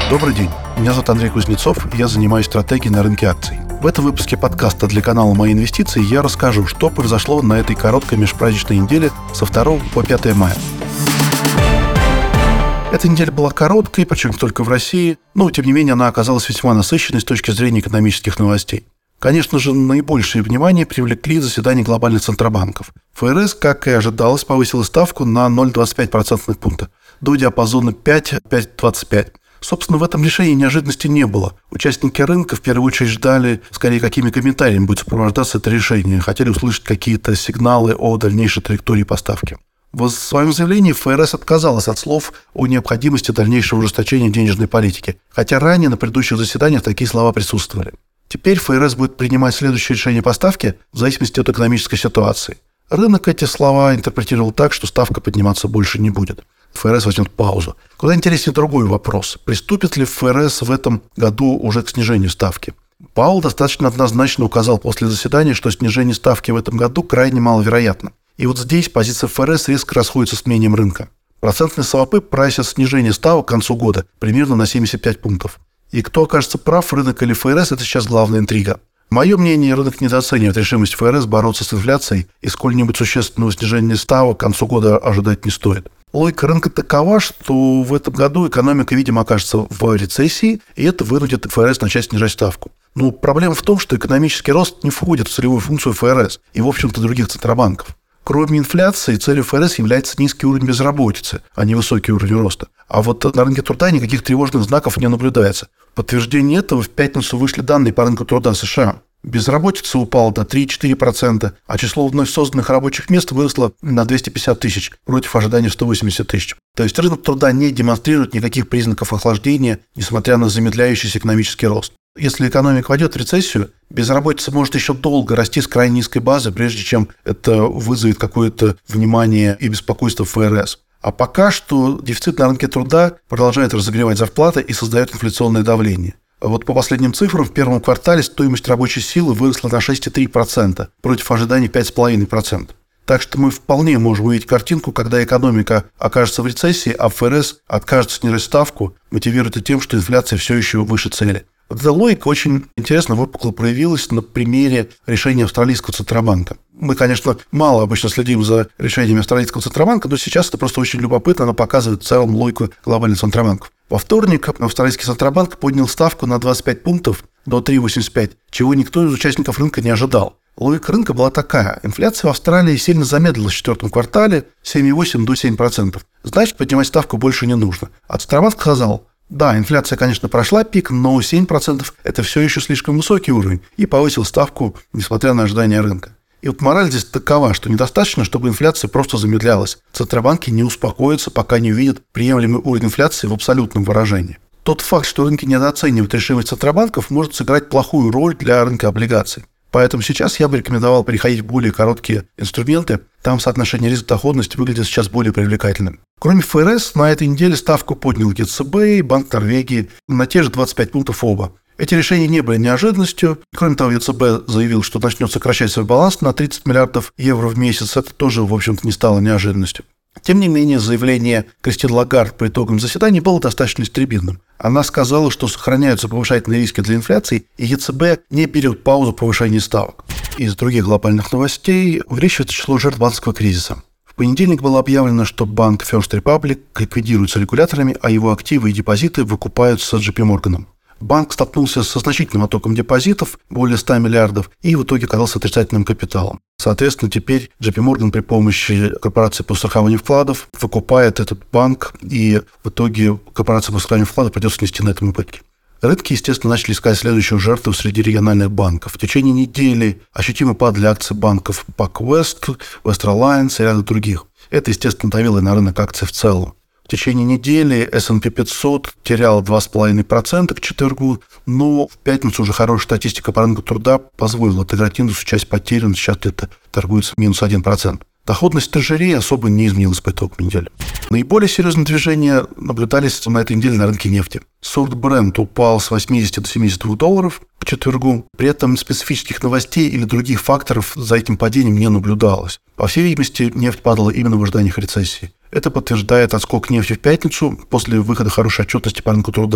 Добрый день, меня зовут Андрей Кузнецов, и я занимаюсь стратегией на рынке акций. В этом выпуске подкаста для канала «Мои инвестиции» я расскажу, что произошло на этой короткой межпраздничной неделе со 2 по 5 мая. Эта неделя была короткой, причем не только в России, но, тем не менее, она оказалась весьма насыщенной с точки зрения экономических новостей. Конечно же, наибольшее внимание привлекли заседания глобальных центробанков. ФРС, как и ожидалось, повысила ставку на 0,25% пункта до диапазона 5-5,25%. Собственно, в этом решении неожиданности не было. Участники рынка в первую очередь ждали, скорее, какими комментариями будет сопровождаться это решение. Хотели услышать какие-то сигналы о дальнейшей траектории поставки. В своем заявлении ФРС отказалась от слов о необходимости дальнейшего ужесточения денежной политики, хотя ранее на предыдущих заседаниях такие слова присутствовали. Теперь ФРС будет принимать следующее решение по ставке в зависимости от экономической ситуации. Рынок эти слова интерпретировал так, что ставка подниматься больше не будет. ФРС возьмет паузу. Куда интереснее другой вопрос. Приступит ли ФРС в этом году уже к снижению ставки? Паул достаточно однозначно указал после заседания, что снижение ставки в этом году крайне маловероятно. И вот здесь позиция ФРС резко расходится с мнением рынка. Процентные свопы прайсят снижение ставок к концу года примерно на 75 пунктов. И кто окажется прав, рынок или ФРС, это сейчас главная интрига. Мое мнение, рынок недооценивает решимость ФРС бороться с инфляцией, и сколь-нибудь существенного снижения ставок к концу года ожидать не стоит. Логика рынка такова, что в этом году экономика, видимо, окажется в рецессии, и это вынудит ФРС начать снижать ставку. Но проблема в том, что экономический рост не входит в целевую функцию ФРС и, в общем-то, других центробанков. Кроме инфляции, целью ФРС является низкий уровень безработицы, а не высокий уровень роста. А вот на рынке труда никаких тревожных знаков не наблюдается. В подтверждение этого в пятницу вышли данные по рынку труда США. Безработица упала до 3,4%, а число вновь созданных рабочих мест выросло на 250 тысяч против ожиданий 180 тысяч. То есть рынок труда не демонстрирует никаких признаков охлаждения, несмотря на замедляющийся экономический рост. Если экономика войдет в рецессию, безработица может еще долго расти с крайне низкой базы, прежде чем это вызовет какое-то внимание и беспокойство ФРС. А пока что дефицит на рынке труда продолжает разогревать зарплаты и создает инфляционное давление. Вот по последним цифрам, в первом квартале стоимость рабочей силы выросла на 6,3% против ожиданий 5,5%. Так что мы вполне можем увидеть картинку, когда экономика окажется в рецессии, а ФРС откажется снижать ставку, мотивируя это тем, что инфляция все еще выше цели. Вот эта логика очень интересно выпукло проявилась на примере решения австралийского центробанка. Мы, конечно, мало обычно следим за решениями австралийского центробанка, но сейчас это просто очень любопытно, оно показывает в целом логику глобальных центробанков. Во вторник австралийский центробанк поднял ставку на 25 пунктов до 3,85, чего никто из участников рынка не ожидал. Логика рынка была такая. Инфляция в Австралии сильно замедлилась в четвертом квартале 7,8 до 7%. Значит, поднимать ставку больше не нужно. А центробанк сказал: да, инфляция, конечно, прошла пик, но 7% – это все еще слишком высокий уровень, и повысил ставку, несмотря на ожидания рынка. И вот мораль здесь такова, что недостаточно, чтобы инфляция просто замедлялась. Центробанки не успокоятся, пока не увидят приемлемый уровень инфляции в абсолютном выражении. Тот факт, что рынки недооценивают решимость центробанков, может сыграть плохую роль для рынка облигаций. Поэтому сейчас я бы рекомендовал переходить в более короткие инструменты. Там соотношение риск-доходности выглядит сейчас более привлекательным. Кроме ФРС, на этой неделе ставку поднял ЕЦБ и Банк Норвегии на те же 25 пунктов оба. Эти решения не были неожиданностью. Кроме того, ЕЦБ заявил, что начнет сокращать свой баланс на 30 миллиардов евро в месяц. Это тоже, в общем-то, не стало неожиданностью. Тем не менее, заявление Кристин Лагард по итогам заседания было достаточно истребительным. Она сказала, что сохраняются повышательные риски для инфляции, и ЕЦБ не берет паузу в повышении ставок. Из других глобальных новостей увеличивается число жертв банковского кризиса. В понедельник было объявлено, что банк First Republic ликвидируется регуляторами, а его активы и депозиты выкупаются JP Morgan. Банк столкнулся со значительным оттоком депозитов, более 100 миллиардов, и в итоге оказался отрицательным капиталом. Соответственно, теперь JP Morgan при помощи корпорации по страхованию вкладов выкупает этот банк, и в итоге корпорация по страхованию вкладов придется нести на этом убытки. Рынки, естественно, начали искать следующую жертву среди региональных банков. В течение недели ощутимо падали акции банков PacWest, Western Alliance и ряда других. Это, естественно, давило на рынок акций в целом. В течение недели S&P 500 терял 2,5% к четвергу, но в пятницу уже хорошая статистика по рынку труда позволила отыграть индексу часть потерян, сейчас где-то торгуется минус 1%. Доходность трежерей особо не изменилась по итогам недели. Наиболее серьезные движения наблюдались на этой неделе на рынке нефти. Сорт Brent упал с 80 до 72 долларов к четвергу. При этом специфических новостей или других факторов за этим падением не наблюдалось. По всей видимости, нефть падала именно в ожиданиях рецессии. Это подтверждает отскок нефти в пятницу после выхода хорошей отчетности по рынку труда.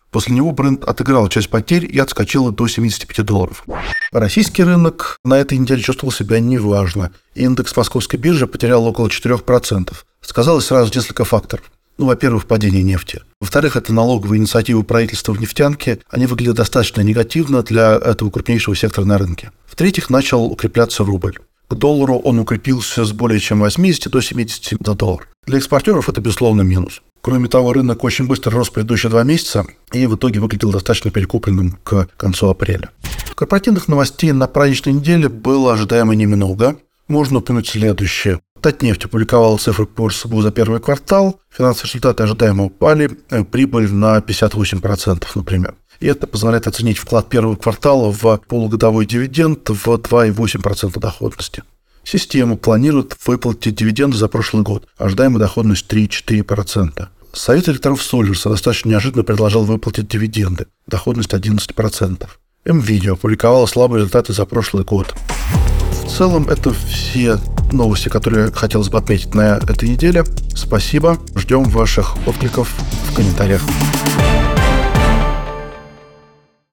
После него бренд отыграл часть потерь и отскочил до $75. Российский рынок на этой неделе чувствовал себя неважно. Индекс московской биржи потерял около 4%. Сказалось сразу несколько факторов. Во-первых, падение нефти. Во-вторых, это налоговые инициативы правительства в нефтянке. Они выглядят достаточно негативно для этого крупнейшего сектора на рынке. В-третьих, начал укрепляться рубль. К доллару он укрепился с более чем 80 до 70 за доллар. Для экспортеров это, безусловно, минус. Кроме того, рынок очень быстро рос предыдущие 2 месяца и в итоге выглядел достаточно перекупленным к концу апреля. Корпоративных новостей на праздничной неделе было ожидаемо немного. Можно упомянуть следующее. Татнефть опубликовала цифры по РСБУ за первый квартал. Финансовые результаты ожидаемо упали. Прибыль на 58%, например. И это позволяет оценить вклад первого квартала в полугодовой дивиденд в 2,8% доходности. Система планирует выплатить дивиденды за прошлый год. Ожидаемая доходность 3,4%. Совет директоров Сольверса достаточно неожиданно предложил выплатить дивиденды. Доходность 11%. МВидео опубликовала слабые результаты за прошлый год. В целом, это все новости, которые хотелось бы отметить на этой неделе. Спасибо. Ждем ваших откликов в комментариях.